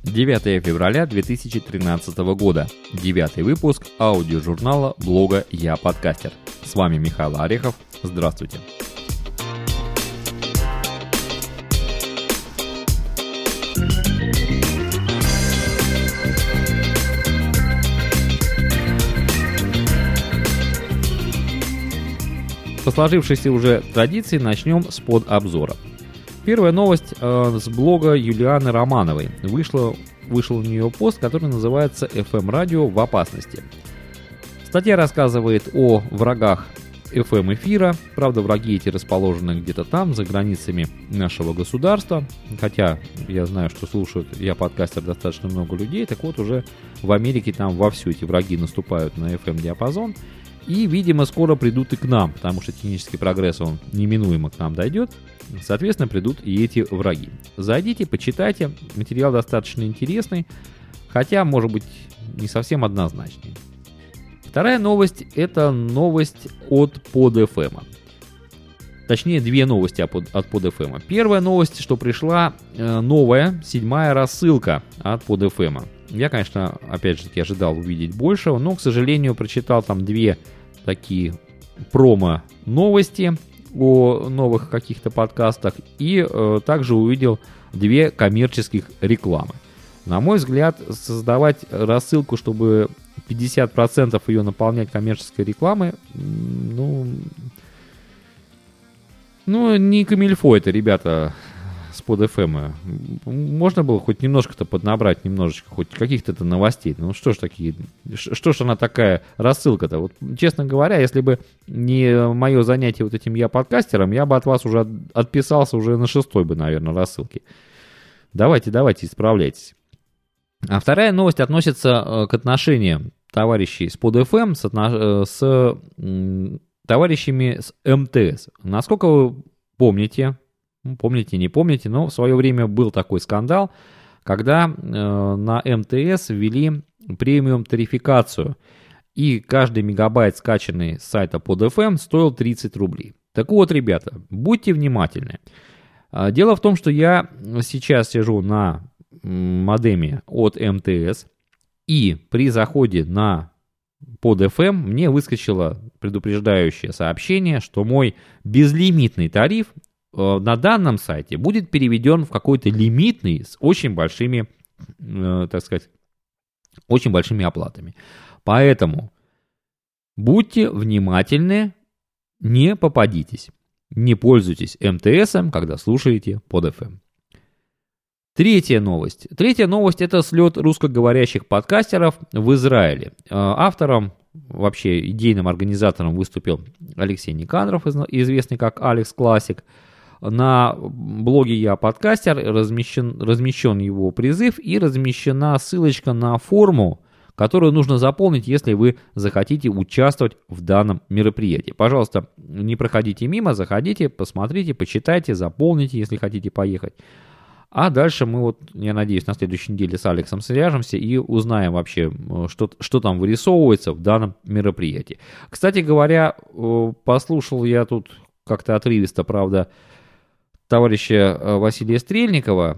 9 февраля 2013 года. 9-й выпуск аудиожурнала блога «Я подкастер». С вами Михаил Орехов. Здравствуйте. По сложившейся уже традиции начнем с подобзора. Первая новость с блога Юлианы Романовой. Вышел у нее пост, который называется «FM-радио в опасности». Статья рассказывает о врагах FM-эфира. Правда, враги эти расположены где-то там, за границами нашего государства. Хотя я знаю, что слушают «Я подкастер» достаточно много людей. Так вот, уже в Америке там вовсю эти враги наступают на FM-диапазон. И, видимо, скоро придут и к нам, потому что технический прогресс, он неминуемо к нам дойдет. Соответственно, придут и эти враги. Зайдите, почитайте. Материал достаточно интересный, хотя, может быть, не совсем однозначный. Вторая новость – это новость от PodFM. Точнее, две новости от PodFM. Первая новость, что пришла новая, 7-я рассылка от PodFM. Я, конечно, опять же таки ожидал увидеть большего, но, к сожалению, прочитал там две такие промо-новости о новых каких-то подкастах и также увидел две коммерческих рекламы. На мой взгляд, создавать рассылку, чтобы 50% ее наполнять коммерческой рекламой, не камильфо это, ребята, с PodFM. Можно было хоть немножко-то поднабрать, немножечко, хоть каких-то новостей. Ну что ж она такая рассылка-то? Вот, честно говоря, если бы не мое занятие вот этим «Я подкастером», я бы от вас уже отписался уже на 6-й бы, наверное, рассылке. Давайте, исправляйтесь. А вторая новость относится к отношениям товарищей с PodFM с товарищами с МТС. Насколько вы помните, не помните, но в свое время был такой скандал, когда на МТС ввели премиум-тарификацию, и каждый мегабайт, скачанный с сайта PodFM, стоил 30 рублей. Так вот, ребята, будьте внимательны. Дело в том, что я сейчас сижу на модеме от МТС, и при заходе на PodFM мне выскочило предупреждающее сообщение, что мой безлимитный тариф на данном сайте будет переведен в какой-то лимитный с очень большими, очень большими оплатами. Поэтому будьте внимательны, не попадитесь, не пользуйтесь МТСом, когда слушаете PodFM. Третья новость. Это слет русскоговорящих подкастеров в Израиле. Автором, вообще идейным организатором выступил Алексей Никандров, известный как Алекс Классик. На блоге «Я подкастер» размещен его призыв и размещена ссылочка на форму, которую нужно заполнить, если вы захотите участвовать в данном мероприятии. Пожалуйста, не проходите мимо, заходите, посмотрите, почитайте, заполните, если хотите поехать. А дальше мы, я надеюсь, на следующей неделе с Алексом свяжемся и узнаем вообще, что там вырисовывается в данном мероприятии. Кстати говоря, послушал я тут как-то отрывисто, правда, товарища Василия Стрельникова,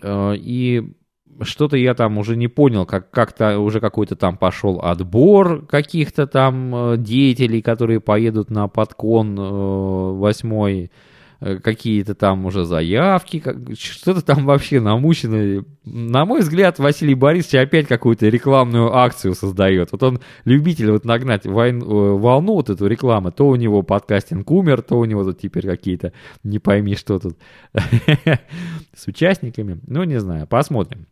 и что-то я там уже не понял, как-то уже какой-то там пошел отбор каких-то там деятелей, которые поедут на Подкон 8-й, какие-то там уже заявки, что-то там вообще намучено. На мой взгляд, Василий Борисович опять какую-то рекламную акцию создает. Вот он любитель нагнать волну вот эту рекламу. То у него подкастинг умер, то у него тут теперь какие-то, не пойми что тут, с участниками. Не знаю, посмотрим.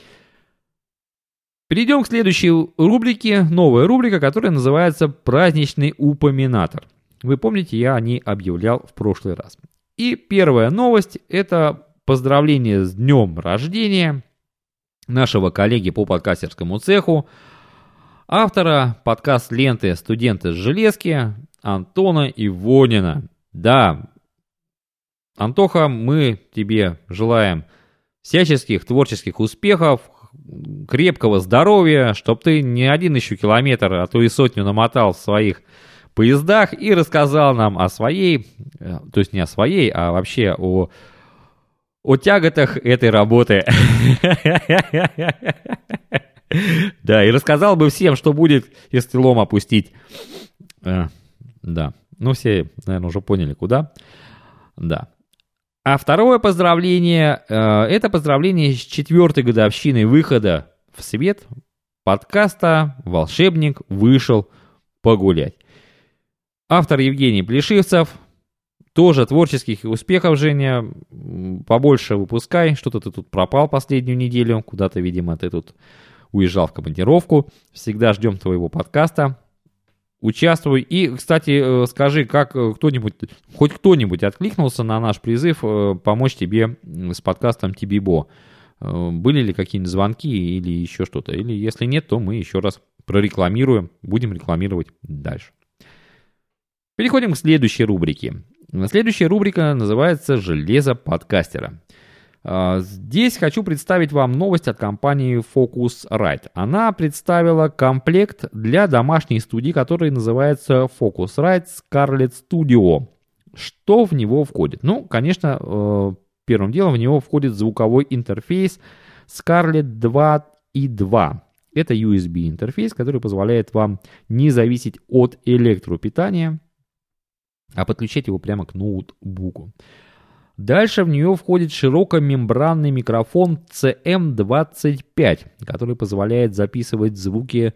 Перейдем к следующей рубрике, новая рубрика, которая называется «Праздничный упоминатор». Вы помните, я о ней объявлял в прошлый раз. И первая новость – это поздравление с днем рождения нашего коллеги по подкастерскому цеху, автора подкаст-ленты «Студенты с железки» Антона Ивонина. Да, Антоха, мы тебе желаем всяческих творческих успехов, крепкого здоровья, чтобы ты не один еще километр, а то и сотню намотал в своих поездах и рассказал нам о своей, то есть не о своей, а вообще о о тяготах этой работы. Да, и рассказал бы всем, что будет, если лом опустить. Да, ну все, наверное, уже поняли, куда. Да. А второе поздравление, это поздравление с 4-й годовщиной выхода в свет подкаста «Волшебник вышел погулять». Автор Евгений Плешивцев. Тоже творческих успехов, Женя. Побольше выпускай. Что-то ты тут пропал последнюю неделю. Куда-то, видимо, ты тут уезжал в командировку. Всегда ждем твоего подкаста. Участвуй. И, кстати, скажи, как кто-нибудь, хоть кто-нибудь откликнулся на наш призыв помочь тебе с подкастом Тибибо. Были ли какие-нибудь звонки или еще что-то? Или если нет, то мы еще раз прорекламируем. Будем рекламировать дальше. Переходим к следующей рубрике. Следующая рубрика называется «Железо подкастера». Здесь хочу представить вам новость от компании Focusrite. Она представила комплект для домашней студии, который называется Focusrite Scarlett Studio. Что в него входит? Ну, конечно, первым делом в него входит звуковой интерфейс Scarlett 2.2. Это USB интерфейс, который позволяет вам не зависеть от электропитания, а подключать его прямо к ноутбуку. Дальше в нее входит широкомембранный микрофон CM25, который позволяет записывать звуки,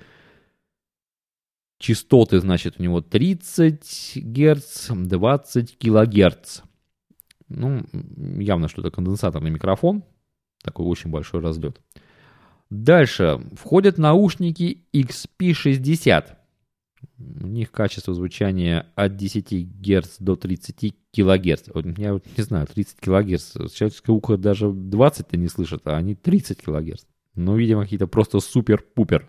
частоты, значит, у него 30 Гц, 20 кГц. Ну, явно что-то конденсаторный микрофон, такой очень большой разлет. Дальше входят наушники XP60. У них качество звучания от 10 Гц до 30 кГц. Я вот не знаю, 30 кГц. Человеческое ухо даже 20-то не слышит, а они 30 кГц. Ну, видимо, какие-то просто супер-пупер.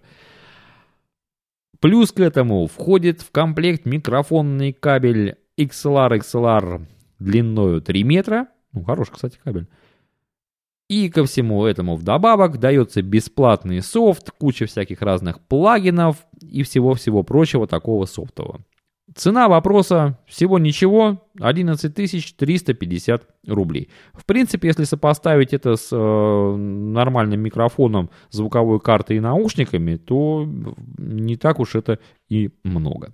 Плюс к этому входит в комплект микрофонный кабель XLR длиною 3 метра. Ну, хороший, кстати, кабель. И ко всему этому вдобавок дается бесплатный софт, куча всяких разных плагинов и всего-всего прочего такого софтового. Цена вопроса всего ничего, 11 350 рублей. В принципе, если сопоставить это с нормальным микрофоном, звуковой картой и наушниками, то не так уж это и много.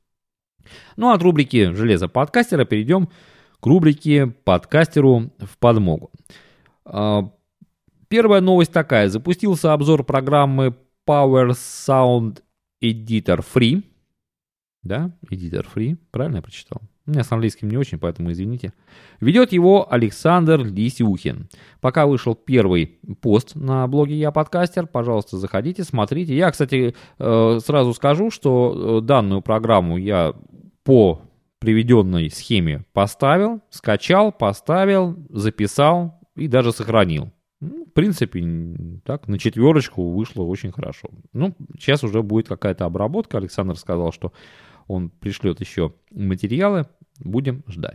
Ну а от рубрики «Железо подкастера» перейдем к рубрике «Подкастеру в подмогу». Первая новость такая. Запустился обзор программы Power Sound Editor Free. Да, Editor Free. Правильно я прочитал? У меня с английским не очень, поэтому извините. Ведет его Александр Лисюхин. Пока вышел первый пост на блоге «Я подкастер», пожалуйста, заходите, смотрите. Я, кстати, сразу скажу, что данную программу я по приведенной схеме поставил, скачал, поставил, записал и даже сохранил. Ну, в принципе, так, на 4 вышло очень хорошо. Ну, сейчас уже будет какая-то обработка. Александр сказал, что он пришлет еще материалы. Будем ждать.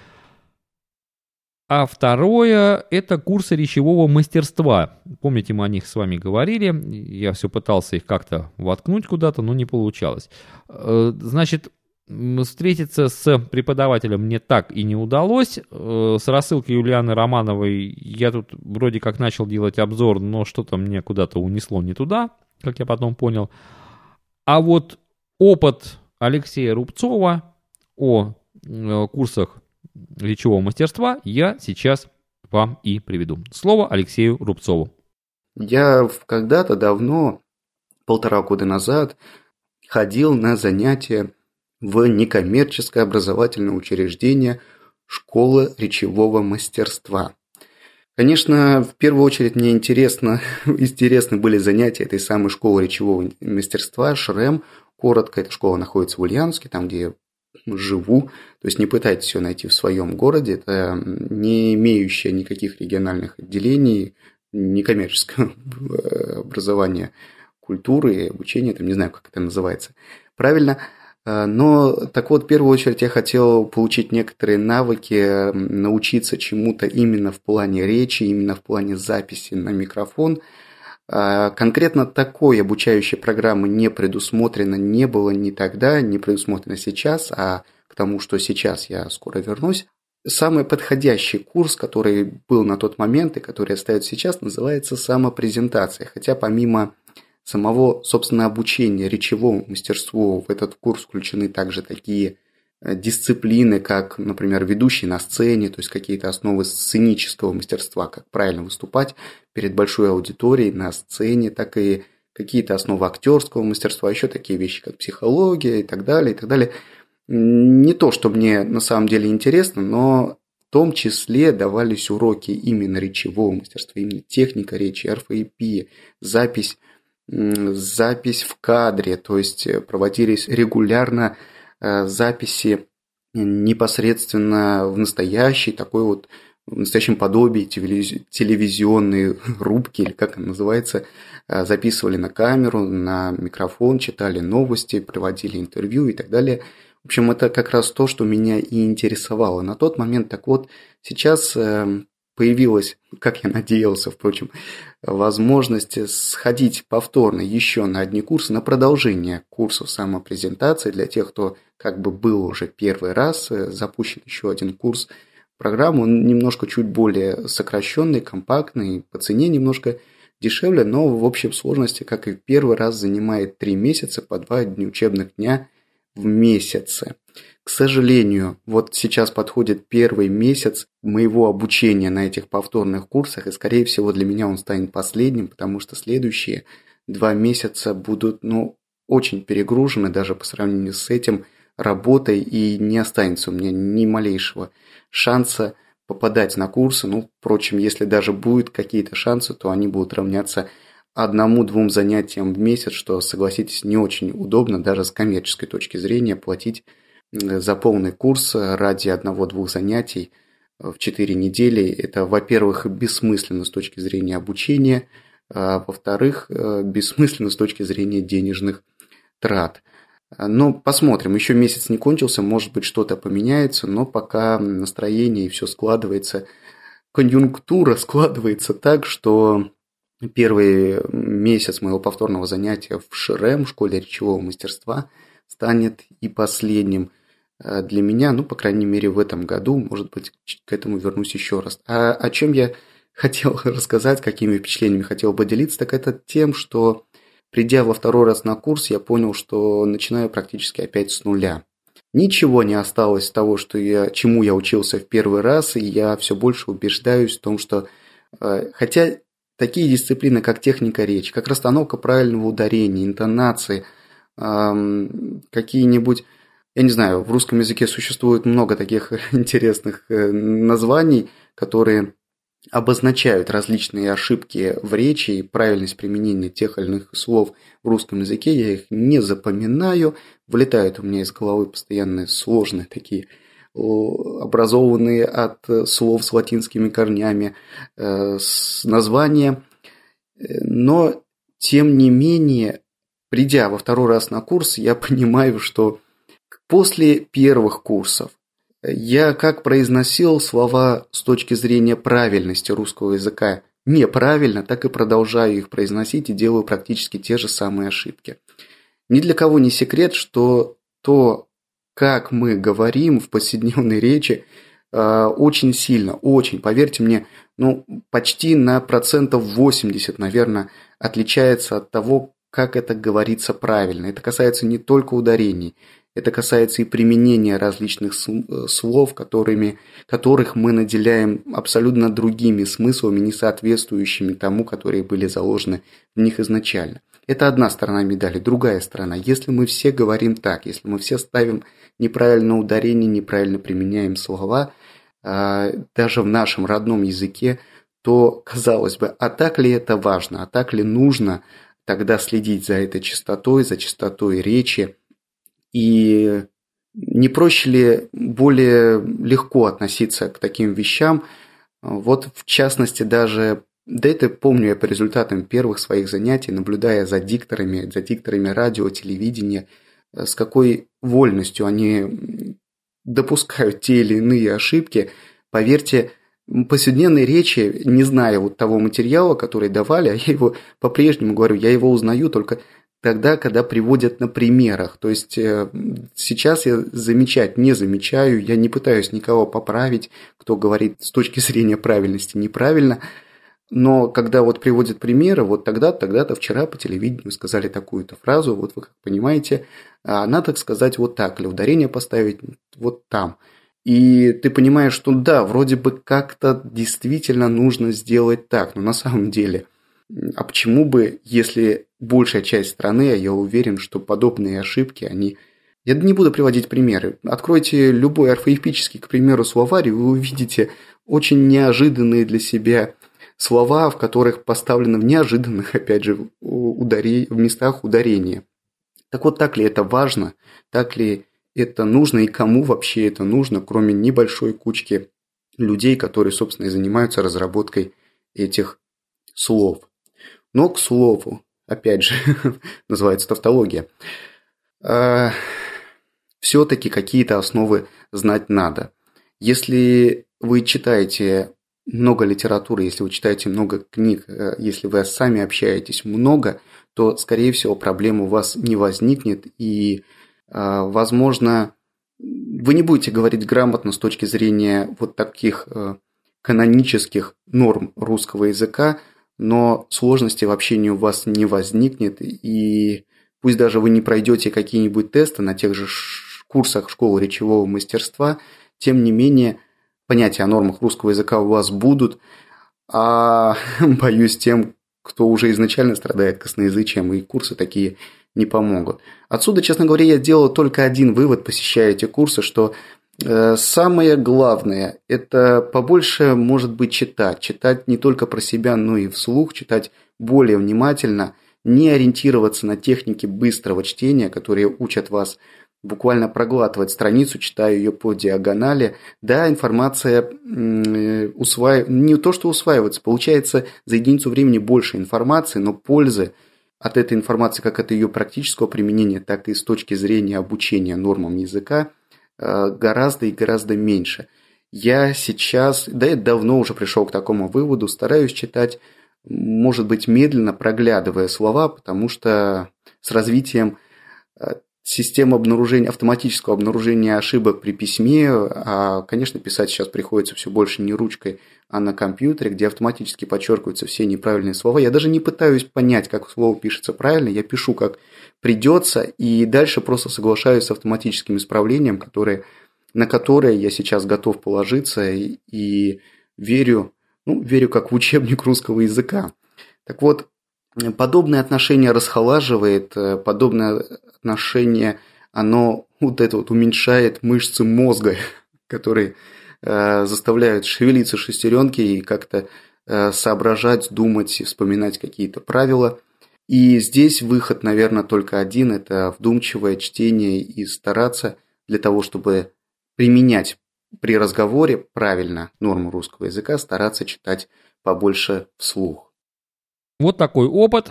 А второе – это курсы речевого мастерства. Помните, мы о них с вами говорили. Я все пытался их как-то воткнуть куда-то, но не получалось. Значит, встретиться с преподавателем мне так и не удалось. С рассылкой Юлианы Романовой я тут вроде как начал делать обзор, но что-то мне куда-то унесло не туда, как я потом понял. А вот опыт Алексея Рубцова о курсах речевого мастерства я сейчас вам и приведу. Слово Алексею Рубцову. Я когда-то давно, 1,5 года назад, ходил на занятия в некоммерческое образовательное учреждение «Школа речевого мастерства». Конечно, в первую очередь мне интересны были занятия этой самой школы речевого мастерства, ШРЭМ, коротко. Эта школа находится в Ульяновске, там, где я живу. То есть не пытайтесь все найти в своем городе. Это не имеющее никаких региональных отделений, некоммерческое образование культуры и обучения, там, не знаю, как это называется правильно. Но, так вот, в первую очередь я хотел получить некоторые навыки, научиться чему-то именно в плане речи, именно в плане записи на микрофон. Конкретно такой обучающей программы не предусмотрено, не было ни тогда, не предусмотрено сейчас, а к тому, что сейчас я скоро вернусь. самый подходящий курс, который был на тот момент и который остается сейчас, называется самопрезентация. Хотя помимо самого, собственно, обучения речевому мастерству в этот курс включены также такие дисциплины, как, например, ведущий на сцене, то есть какие-то основы сценического мастерства, как правильно выступать перед большой аудиторией на сцене, так и какие-то основы актерского мастерства, еще такие вещи, как психология и так далее, и так далее. Не то, что мне на самом деле интересно, но в том числе давались уроки именно речевого мастерства, именно техника речи, орфоэпия, запись в кадре, то есть проводились регулярно записи непосредственно в настоящей такой вот, в настоящем подобии телевизионной рубки, или как она называется, записывали на камеру, на микрофон, читали новости, проводили интервью и так далее. В общем, это как раз то, что меня и интересовало на тот момент. Так вот, сейчас появилась, как я надеялся, впрочем, возможность сходить повторно еще на одни курсы, на продолжение курсов самопрезентации для тех, кто как бы был уже первый раз, запущен еще один курс программы, он немножко чуть более сокращенный, компактный, по цене немножко дешевле, но в общей сложности, как и в первый раз, занимает 3 месяца по 2 учебных дня в месяце. К сожалению, вот сейчас подходит первый месяц моего обучения на этих повторных курсах, и, скорее всего, для меня он станет последним, потому что следующие 2 месяца будут, очень перегружены даже по сравнению с этим работой, и не останется у меня ни малейшего шанса попадать на курсы. Впрочем, если даже будут какие-то шансы, то они будут равняться 1-2 занятиям в месяц, что, согласитесь, не очень удобно даже с коммерческой точки зрения платить за полный курс ради 1-2 занятий в 4 недели. Это, во-первых, бессмысленно с точки зрения обучения, а во-вторых, бессмысленно с точки зрения денежных трат. Но посмотрим, еще месяц не кончился, может быть, что-то поменяется, но пока настроение и все складывается, конъюнктура складывается так, что первый месяц моего повторного занятия в ШРМ, школе речевого мастерства, станет и последним для меня, по крайней мере, в этом году, может быть, к этому вернусь еще раз. А о чем я хотел рассказать, какими впечатлениями хотел поделиться, так это тем, что, придя во второй раз на курс, я понял, что начинаю практически опять с нуля. Ничего не осталось того, чему я учился в первый раз, и я все больше убеждаюсь в том, что, хотя такие дисциплины, как техника речи, как расстановка правильного ударения, интонации, какие-нибудь, я не знаю, в русском языке существует много таких интересных названий, которые обозначают различные ошибки в речи и правильность применения тех или иных слов в русском языке. Я их не запоминаю, вылетают у меня из головы постоянно сложные такие, образованные от слов с латинскими корнями названия. Но, тем не менее, придя во второй раз на курс, я понимаю, что после первых курсов я как произносил слова с точки зрения правильности русского языка неправильно, так и продолжаю их произносить и делаю практически те же самые ошибки. Ни для кого не секрет, что то, как мы говорим в повседневной речи, очень сильно, поверьте мне, почти на 80%, наверное, отличается от того, как это говорится правильно. Это касается не только ударений, это касается и применения различных слов, которых мы наделяем абсолютно другими смыслами, не соответствующими тому, которые были заложены в них изначально. Это одна сторона медали. Другая сторона. Если мы все говорим так, если мы все ставим неправильное ударение, неправильно применяем слова, даже в нашем родном языке, то, казалось бы, а так ли это важно, а так ли нужно тогда следить за этой чистотой, за чистотой речи? И не проще ли более легко относиться к таким вещам? Вот в частности даже, это помню я по результатам первых своих занятий, наблюдая за дикторами радио, телевидения, с какой вольностью они допускают те или иные ошибки. Поверьте, в повседневной речи, не зная того материала, который давали, а я его по-прежнему говорю, я его узнаю только тогда, когда приводят на примерах. То есть сейчас я не замечаю, я не пытаюсь никого поправить, кто говорит с точки зрения правильности неправильно. Но когда вот приводят примеры, вот тогда-то вчера по телевидению сказали такую-то фразу, вот вы как понимаете, надо сказать вот так, или ударение поставить вот там. И ты понимаешь, что да, вроде бы как-то действительно нужно сделать так, но на самом деле, а почему бы, если большая часть страны, а я уверен, что подобные ошибки, Я не буду приводить примеры. Откройте любой орфоэпический, к примеру, словарь, и вы увидите очень неожиданные для себя слова, в которых поставлены в неожиданных, опять же, в местах ударения. Так вот, так ли это важно? Так ли это нужно? И кому вообще это нужно, кроме небольшой кучки людей, которые, собственно, и занимаются разработкой этих слов? Но, к слову, опять же, называется тавтология, все-таки какие-то основы знать надо. Если вы читаете много литературы, если вы читаете много книг, если вы сами общаетесь много, то, скорее всего, проблем у вас не возникнет. И, возможно, вы не будете говорить грамотно с точки зрения вот таких канонических норм русского языка, но сложности в общении у вас не возникнет. И пусть даже вы не пройдете какие-нибудь тесты на тех же курсах школы речевого мастерства, тем не менее, понятия о нормах русского языка у вас будут, а боюсь, тем, кто уже изначально страдает косноязычием, и курсы такие не помогут. Отсюда, честно говоря, я делал только один вывод, посещая эти курсы, что самое главное – это побольше, может быть, читать не только про себя, но и вслух, читать более внимательно, не ориентироваться на техники быстрого чтения, которые учат вас буквально проглатывать страницу, читая ее по диагонали. Да, информация не то что усваивается, получается за единицу времени больше информации, но пользы от этой информации, как от ее практического применения, так и с точки зрения обучения нормам языка, гораздо и гораздо меньше. Я сейчас, да и давно уже пришел к такому выводу, стараюсь читать, может быть, медленно, проглядывая слова, потому что с развитием системы автоматического обнаружения ошибок при письме, конечно, писать сейчас приходится все больше не ручкой, а на компьютере, где автоматически подчеркиваются все неправильные слова. Я даже не пытаюсь понять, как слово пишется правильно, я пишу как придется, и дальше просто соглашаюсь с автоматическим исправлением, на которое я сейчас готов положиться, и верю как в учебник русского языка. Так вот, подобное отношение расхолаживает, подобное отношение, оно уменьшает мышцы мозга, которые заставляют шевелиться шестеренки и как-то соображать, думать, вспоминать какие-то правила. И здесь выход, наверное, только один – это вдумчивое чтение и стараться для того, чтобы применять при разговоре правильно норму русского языка, стараться читать побольше вслух. Вот такой опыт.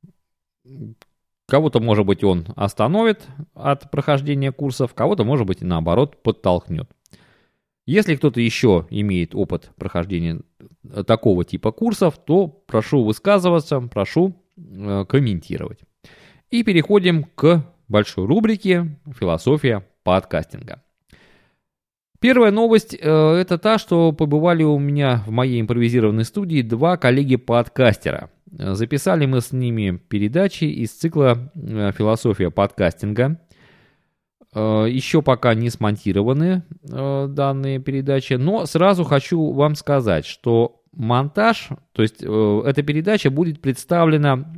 Кого-то, может быть, он остановит от прохождения курсов, кого-то, может быть, наоборот, подтолкнет. Если кто-то еще имеет опыт прохождения такого типа курсов, то прошу высказываться, прошу комментировать. И переходим к большой рубрике «Философия подкастинга». Первая новость – это та, что побывали у меня в моей импровизированной студии два коллеги-подкастера. Записали мы с ними передачи из цикла «Философия подкастинга». Еще пока не смонтированы данные передачи, но сразу хочу вам сказать, что монтаж, то есть эта передача будет представлена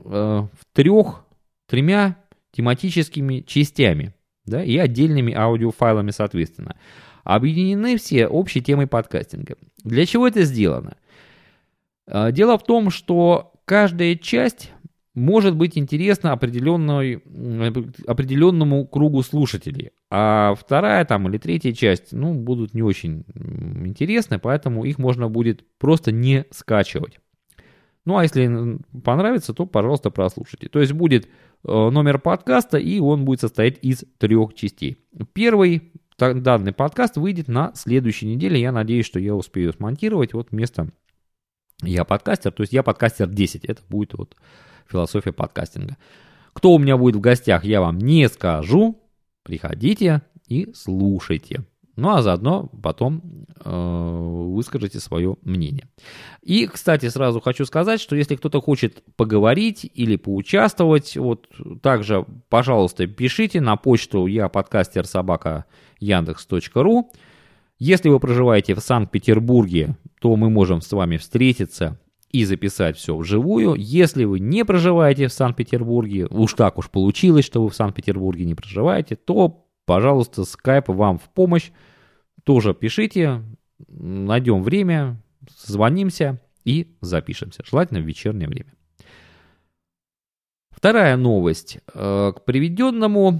тремя тематическими частями, да, и отдельными аудиофайлами соответственно. Объединены все общей темой подкастинга. Для чего это сделано? Дело в том, что каждая часть может быть интересна определенному кругу слушателей, а вторая или третья часть будут не очень интересны, поэтому их можно будет просто не скачивать. Ну а если понравится, то, пожалуйста, прослушайте. То есть будет номер подкаста, и он будет состоять из 3 частей. Первый данный подкаст выйдет на следующей неделе. Я надеюсь, что я успею смонтировать вместо «Я подкастер», то есть «Я подкастер 10». Это будет философия подкастинга. Кто у меня будет в гостях, я вам не скажу. Приходите и слушайте. Ну, а заодно потом выскажите свое мнение. И, кстати, сразу хочу сказать, что если кто-то хочет поговорить или поучаствовать, вот также, пожалуйста, пишите на почту yapodcaster@yandex.ru. Если вы проживаете в Санкт-Петербурге, то мы можем с вами встретиться и записать все вживую. Если вы не проживаете в Санкт-Петербурге, уж так уж получилось, что вы в Санкт-Петербурге не проживаете, то, пожалуйста, скайп вам в помощь. Тоже пишите, найдем время, созвонимся и запишемся. Желательно в вечернее время. Вторая новость. К приведенному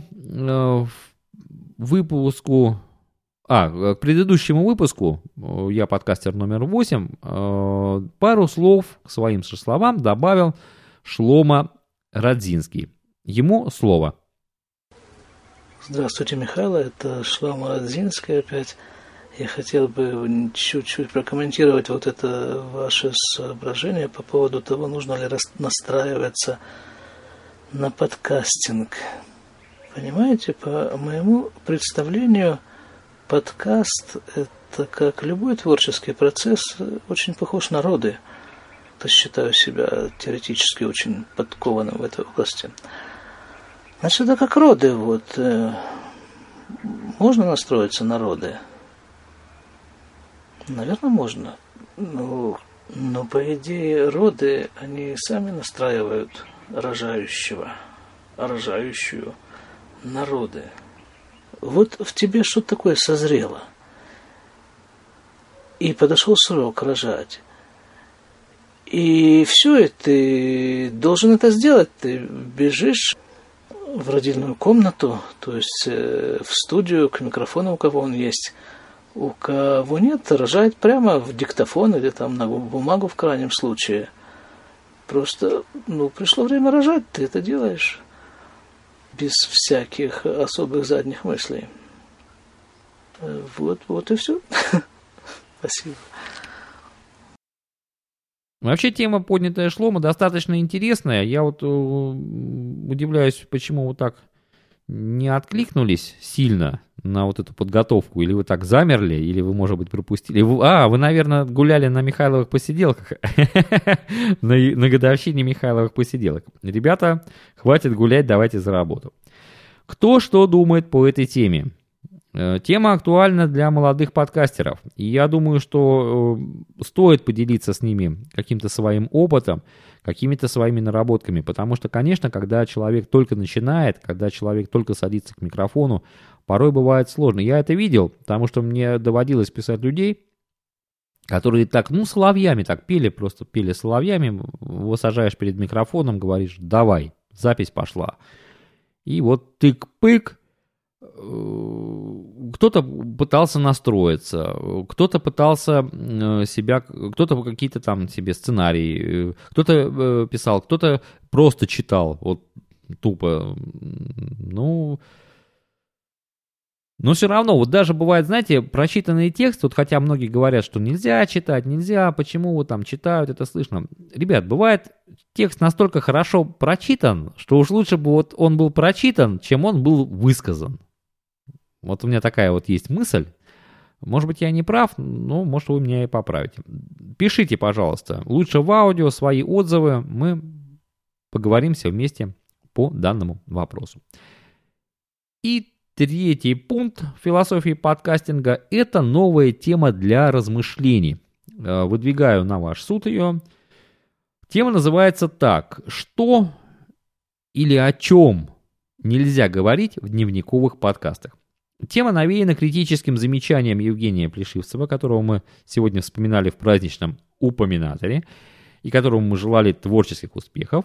выпуску, к предыдущему выпуску, я подкастер номер 8, пару слов к своим же словам добавил Шломо Радзинский. Ему слово. Здравствуйте, Михаил, это Шломо Радзинский опять. Я хотел бы чуть-чуть прокомментировать вот это ваше соображение по поводу того, нужно ли настраиваться на подкастинг. Понимаете, по моему представлению, подкаст – это, как любой творческий процесс, очень похож на роды. Я считаю себя теоретически очень подкованным в этой области. Значит, это как роды. Вот. Можно настроиться на роды? Наверное, можно. Но по идее, роды, они сами настраивают рожающую на роды. Вот в тебе что-то такое созрело. И подошел срок рожать. И все, и ты должен это сделать. Ты бежишь в родильную комнату, то есть в студию, к микрофону, у кого он есть. У кого нет, рожает прямо в диктофон или там на бумагу в крайнем случае. Просто, пришло время рожать, ты это делаешь. Без всяких особых задних мыслей. Вот и все. Спасибо. Вообще тема, поднятая Шломо, достаточно интересная. Я вот удивляюсь, почему вы так не откликнулись сильно на вот эту подготовку. Или вы так замерли, или вы, может быть, пропустили. Вы, наверное, гуляли на Михайловых посиделках. На годовщине Михайловых посиделок. Ребята, хватит гулять, давайте за работу. Кто что думает по этой теме? Тема актуальна для молодых подкастеров. И я думаю, что стоит поделиться с ними каким-то своим опытом, какими-то своими наработками. Потому что, конечно, когда человек только начинает, когда человек только садится к микрофону, порой бывает сложно. Я это видел, потому что мне доводилось писать людей, которые так, соловьями так пели, просто пели соловьями, его сажаешь перед микрофоном, говоришь, давай, запись пошла. И вот тык-пык, кто-то пытался настроиться, кто-то пытался кто-то какие-то там себе сценарии, кто-то писал, кто-то просто читал, вот тупо, но все равно, вот даже бывает, знаете, прочитанный текст, вот хотя многие говорят, что нельзя читать, нельзя, почему вот там читают, это слышно. Ребят, бывает текст настолько хорошо прочитан, что уж лучше бы вот он был прочитан, чем он был высказан. Вот у меня такая вот есть мысль. Может быть, я не прав, но может вы меня и поправите. Пишите, пожалуйста, лучше в аудио свои отзывы, мы поговоримся вместе по данному вопросу. И третий пункт философии подкастинга – это новая тема для размышлений. Выдвигаю на ваш суд ее. Тема называется так. Что или о чем нельзя говорить в дневниковых подкастах? Тема навеяна критическим замечанием Евгения Плешивцева, которого мы сегодня вспоминали в праздничном упоминаторе, и которому мы желали творческих успехов.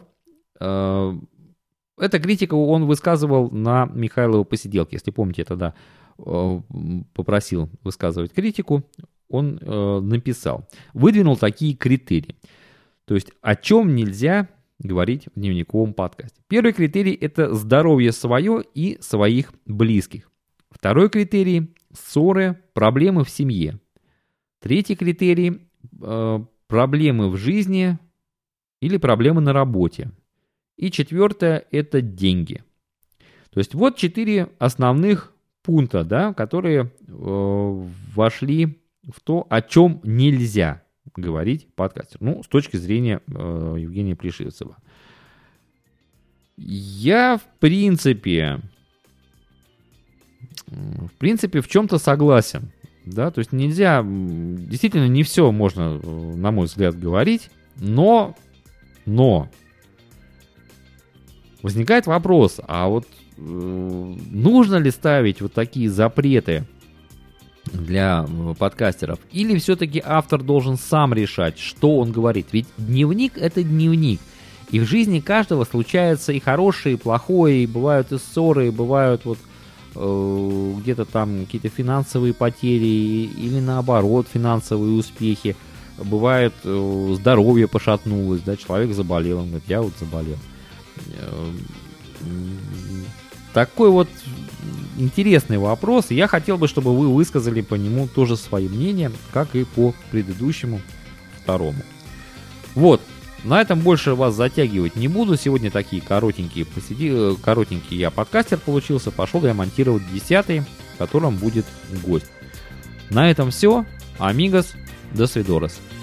Эту критику он высказывал на Михайловой посиделке. Если помните, я тогда попросил высказывать критику, он написал, выдвинул такие критерии. То есть, о чем нельзя говорить в дневниковом подкасте. Первый критерий – это здоровье свое и своих близких. Второй критерий – ссоры, проблемы в семье. Третий критерий – проблемы в жизни или проблемы на работе. И четвертое – это деньги. То есть вот 4 основных пункта, да, которые вошли в то, о чем нельзя говорить подкастеру. Ну, с точки зрения Евгения Плешивцева. Я, в принципе, в чем-то согласен. Да, то есть нельзя, действительно, не все можно, на мой взгляд, говорить, но возникает вопрос, а вот нужно ли ставить вот такие запреты для подкастеров, или все-таки автор должен сам решать, что он говорит? Ведь дневник — это дневник, и в жизни каждого случаются и хорошее, и плохое, и бывают и ссоры, и бывают вот где-то там какие-то финансовые потери или наоборот финансовые успехи. Бывает, здоровье пошатнулось, да, человек заболел, он говорит, я вот заболел. Такой вот интересный вопрос, и я хотел бы, чтобы вы высказали по нему тоже свое мнение, как и по предыдущему, второму. Вот. На этом больше вас затягивать не буду. Сегодня такие коротенькие я подкастер получился. Пошел я монтировать 10-й, в котором будет гость. На этом все. Амигос. До свидорос.